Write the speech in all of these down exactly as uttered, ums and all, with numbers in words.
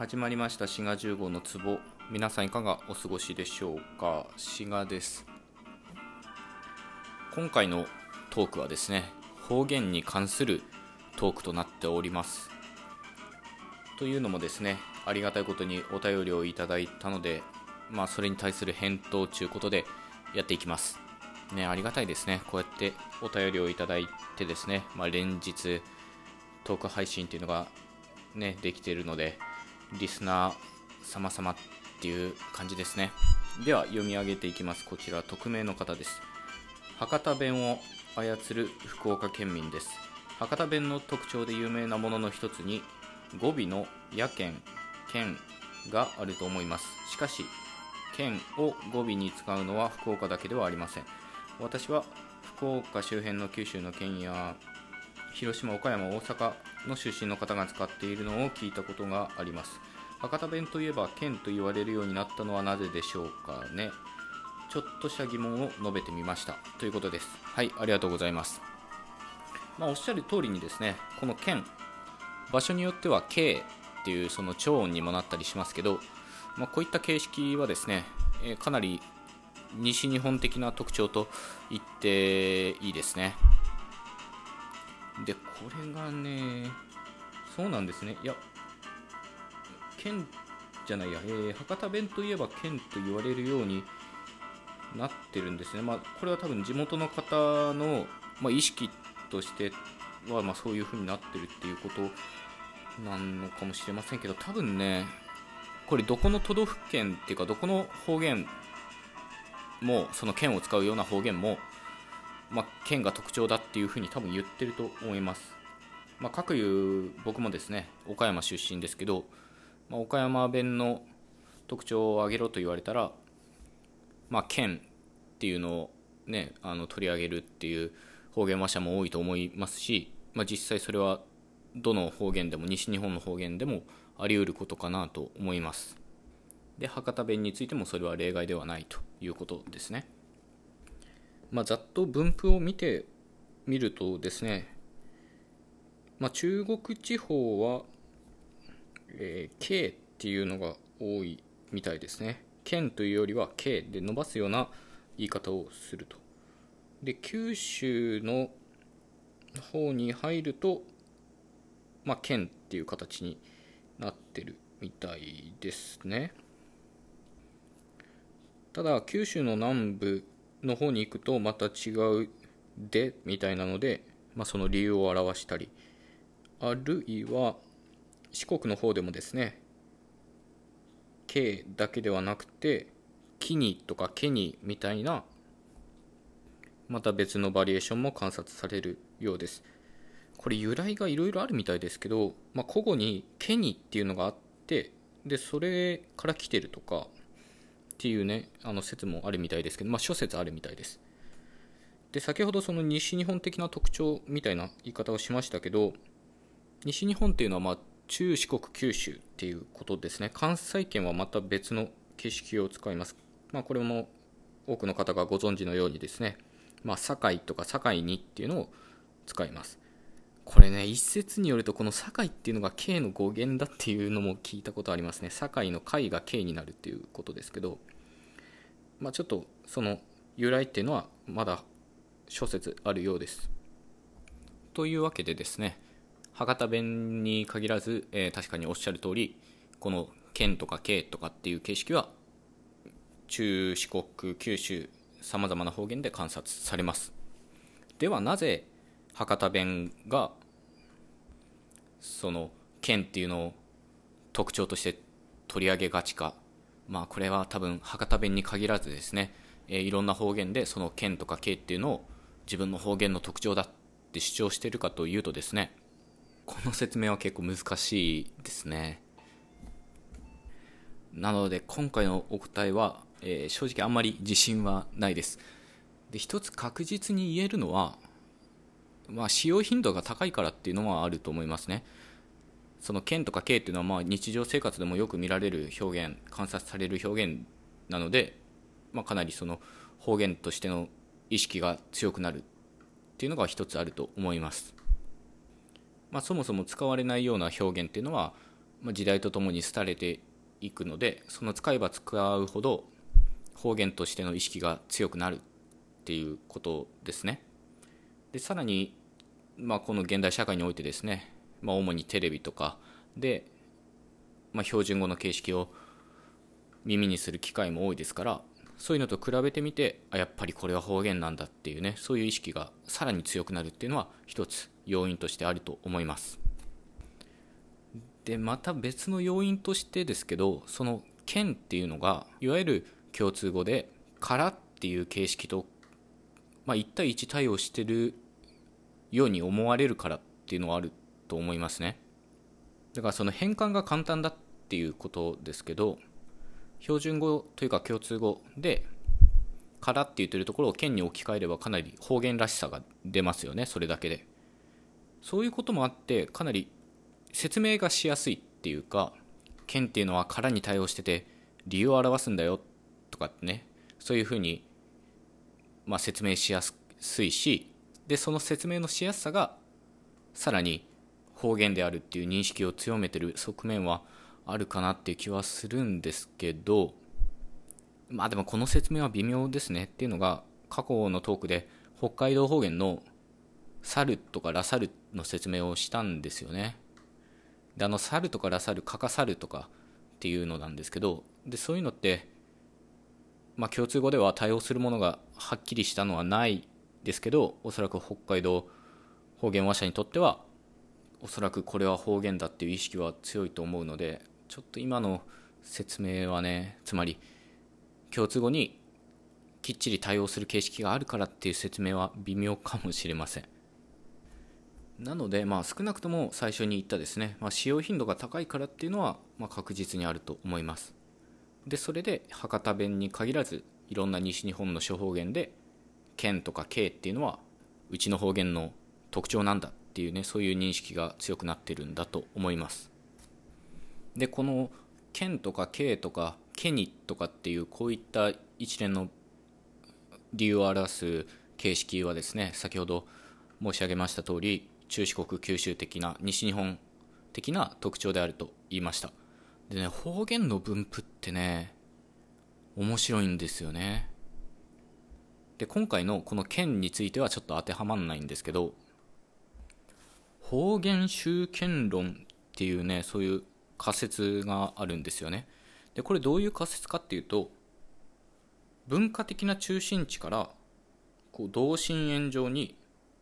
始まりました滋賀じゅう号の壺。皆さんいかがお過ごしでしょうか。滋賀です。今回のトークはですね、方言に関するトークとなっております。というのもですね、ありがたいことにお便りをいただいたので、まあそれに対する返答ということでやっていきますね。ありがたいですね。こうやってお便りをいただいてですね、まあ、連日トーク配信っていうのがねできているので、リスナー様々っていう感じですね。では読み上げていきます。こちら匿名の方です。博多弁を操る福岡県民です。博多弁の特徴で有名なものの一つに語尾のやけん、けんがあると思います。しかしけんを語尾に使うのは福岡だけではありません。私は福岡周辺の九州の県や広島、岡山、大阪の出身の方が使っているのを聞いたことがあります。博多弁といえば県と言われるようになったのはなぜでしょうかね。ちょっとした疑問を述べてみましたということです。はい、ありがとうございます。まあ、おっしゃる通りにですね、この県、場所によっては K っていうその超音にもなったりしますけど、まあ、こういった形式はですね、えー、かなり西日本的な特徴と言っていいですね。で、これがね、そうなんですね。いや、県じゃないや、えー、博多弁といえば県と言われるようになってるんですね。まあ、これは多分地元の方の、まあ、意識としては、まあ、そういう風になってるっていうことなのかもしれませんけど、多分ね、これどこの都道府県っていうか、どこの方言も、その県を使うような方言も、まあ、県が特徴だっていうふうに多分言ってると思います。まあ、各いう僕もですね、岡山出身ですけど、まあ、岡山弁の特徴を挙げろと言われたら、まあ、県っていうのを、ね、あの取り上げるっていう方言話者も多いと思いますし、まあ、実際それはどの方言でも、西日本の方言でもあり得ることかなと思います。で、博多弁についてもそれは例外ではないということですね。まあ、ざっと分布を見てみるとですね、まあ、中国地方は、えー、K っていうのが多いみたいですね。県というよりは K で伸ばすような言い方をすると。で、九州の方に入ると、まあ、県っていう形になってるみたいですね。ただ九州の南部の方に行くとまた違うでみたいなので、まあ、その理由を表したり、あるいは四国の方でもですね、 K だけではなくてキニとかケニみたいなまた別のバリエーションも観察されるようです。これ由来がいろいろあるみたいですけど、まあ、古語にケニっていうのがあって、でそれから来てるとかっていうね、あの説もあるみたいですけど、まあ、諸説あるみたいです。で、先ほどその西日本的な特徴みたいな言い方をしましたけど、西日本っていうのはまあ中四国九州っていうことですね。関西圏はまた別の形式を使います。まあ、これも多くの方がご存知のようにですね、まあ、堺とか堺にっていうのを使います。これね、一説によるとこの堺っていうのが K の語源だっていうのも聞いたことありますね。堺の貝が K になるっていうことですけど、まあ、ちょっとその由来っていうのはまだ諸説あるようです。というわけでですね、博多弁に限らず、えー、確かにおっしゃる通り、この県とか県とかっていう形式は中四国九州さまざまな方言で観察されます。ではなぜ博多弁がその県っていうのを特徴として取り上げがちか。まあこれは多分博多弁に限らずですね、えー、いろんな方言でその県とか県っていうのを自分の方言の特徴だって主張しているかというとですね、この説明は結構難しいですね。なので今回のお答えは、えー、正直あんまり自信はないです。で、一つ確実に言えるのは、まあ、使用頻度が高いからっていうのはあると思いますね。その県とか県っていうのはまあ日常生活でもよく見られる表現、観察される表現なので、まあ、かなりその方言としての意識が強くなるっていうのが一つあると思います。まあ、そもそも使われないような表現っていうのは、 まあ、時代とともに廃れていくので、その使えば使うほど方言としての意識が強くなるっていうことですね。でさらに、まあ、この現代社会においてですね、まあ、主にテレビとかで、まあ、標準語の形式を耳にする機会も多いですから、そういうのと比べてみて、あやっぱりこれは方言なんだっていうね、そういう意識がさらに強くなるっていうのは一つ要因としてあると思います。でまた別の要因としてですけど、その県っていうのがいわゆる共通語でからっていう形式と、まあ、いち対いち対応してるように思われるからっていうのはあると思いますね。だからその変換が簡単だっていうことですけど、標準語というか共通語でからって言ってるところを県に置き換えればかなり方言らしさが出ますよね。それだけでそういうこともあって、かなり説明がしやすいっていうか、県っていうのはからに対応してて理由を表すんだよとかってね、そういうふうにまあ説明しやすいし、でその説明のしやすさがさらに方言であるっていう認識を強めてる側面はあるかなっていう気はするんですけど、まあでもこの説明は微妙ですねっていうのが、過去のトークで北海道方言の猿とかラサルの説明をしたんですよね。であの猿とかラサル、カカサルとかっていうのなんですけど、でそういうのってまあ共通語では対応するものがはっきりしたのはないですけど、おそらく北海道方言話者にとってはおそらくこれは方言だっていう意識は強いと思うので、ちょっと今の説明はね、つまり共通語にきっちり対応する形式があるからっていう説明は微妙かもしれません。なのでまあ少なくとも最初に言ったですね、まあ、使用頻度が高いからっていうのはまあ確実にあると思います。でそれで博多弁に限らずいろんな西日本の諸方言で県とか県っていうのはうちの方言の特徴なんだっていうね、そういう認識が強くなってるんだと思います。でこの県とか県とか県にとかっていうこういった一連の理由を表す形式はですね、先ほど申し上げました通り中四国九州的な西日本的な特徴であると言いました。でね、方言の分布ってね面白いんですよね。で今回のこの県についてはちょっと当てはまらないんですけど、方言集権論っていうね、そういう仮説があるんですよね。でこれどういう仮説かっていうと、文化的な中心地からこう同心円状に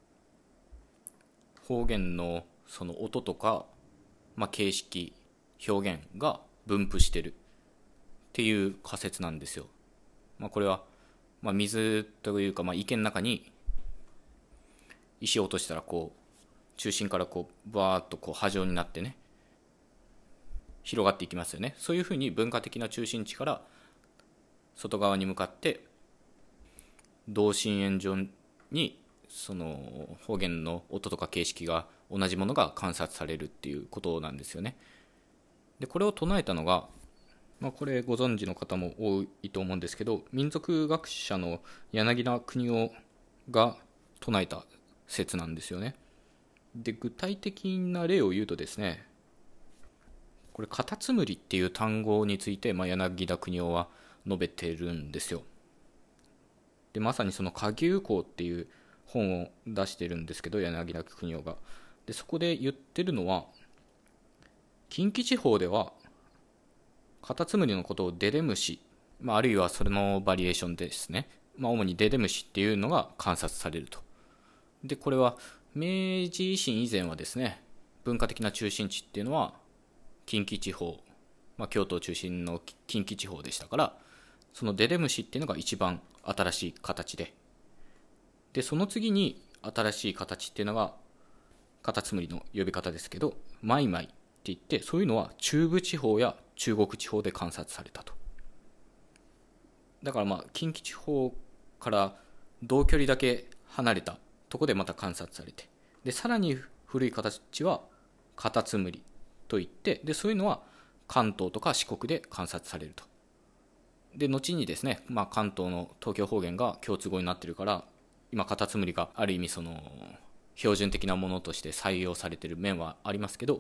方言のその音とか、まあ、形式表現が分布してるっていう仮説なんですよ。まあ、これはまあ水というか、まあ池の中に石を落としたらこう中心からこうバーッとこう波状になってね広がっていきますよね。そういうふうに文化的な中心地から外側に向かって同心円状にその方言の音とか形式が同じものが観察されるっていうことなんですよね。でこれを唱えたのが、まあ、これご存知の方も多いと思うんですけど、民族学者の柳田国男が唱えた説なんですよね。で具体的な例を言うとですね、これカタツムリっていう単語について、まあ、柳田国男は述べてるんですよ。でまさにその夏牛講っていう本を出してるんですけど、柳田国男が。でそこで言ってるのは、近畿地方ではカタツムリのことをデデムシ、まあ、あるいはそれのバリエーションですね、まあ、主にデデムシっていうのが観察されると。でこれは明治維新以前はですね、文化的な中心地っていうのは近畿地方、まあ、京都中心の近畿地方でしたから、そのデデムシっていうのが一番新しい形で、でその次に新しい形っていうのがカタツムリの呼び方ですけど、マイマイって言って、そういうのは中部地方や中国地方で観察されたと。だからまあ近畿地方から同距離だけ離れたところでまた観察されて、でさらに古い形はカタツムリといって、でそういうのは関東とか四国で観察されると。で後にですね、まあ、関東の東京方言が共通語になってるから、今カタツムリがある意味その標準的なものとして採用されている面はありますけど、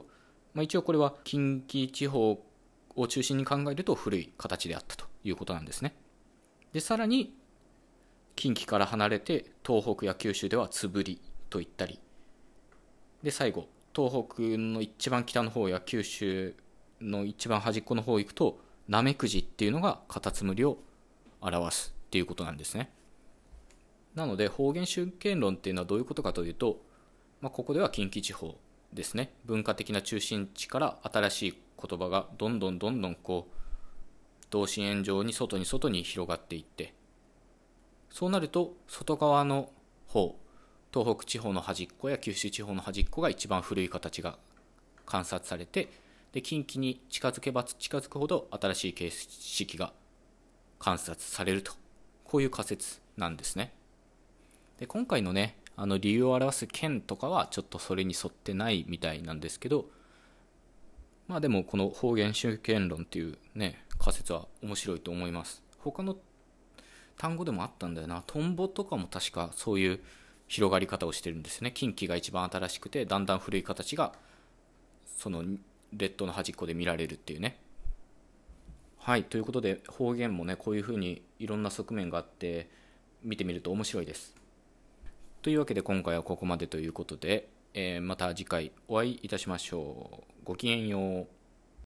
まあ、一応これは近畿地方を中心に考えると古い形であったということなんですね。でさらに近畿から離れて東北や九州ではつぶりと言ったり、で最後東北の一番北の方や九州の一番端っこの方行くとなめくじっていうのがカタツムリを表すっていうことなんですね。なので方言集権論っていうのはどういうことかというと、まあ、ここでは近畿地方ですね、文化的な中心地から新しい言葉がどんどんどんどんこう同心円状に外に外に広がっていって、そうなると外側の方、東北地方の端っこや九州地方の端っこが一番古い形が観察されて、で近畿に近づけば近づくほど新しい形式が観察されると、こういう仮説なんですね。で今回のね、あの理由を表す県とかはちょっとそれに沿ってないみたいなんですけど、まあでもこの方言集権論っていうね仮説は面白いと思います。他の単語でもあったんだよな、トンボとかも確かそういう広がり方をしてるんですね。近畿が一番新しくてだんだん古い形がその列島の端っこで見られるっていうね。はい、ということで方言もねこういうふうにいろんな側面があって見てみると面白いです。というわけで今回はここまでということで、えーまた次回お会いいたしましょう。ごきげんよう。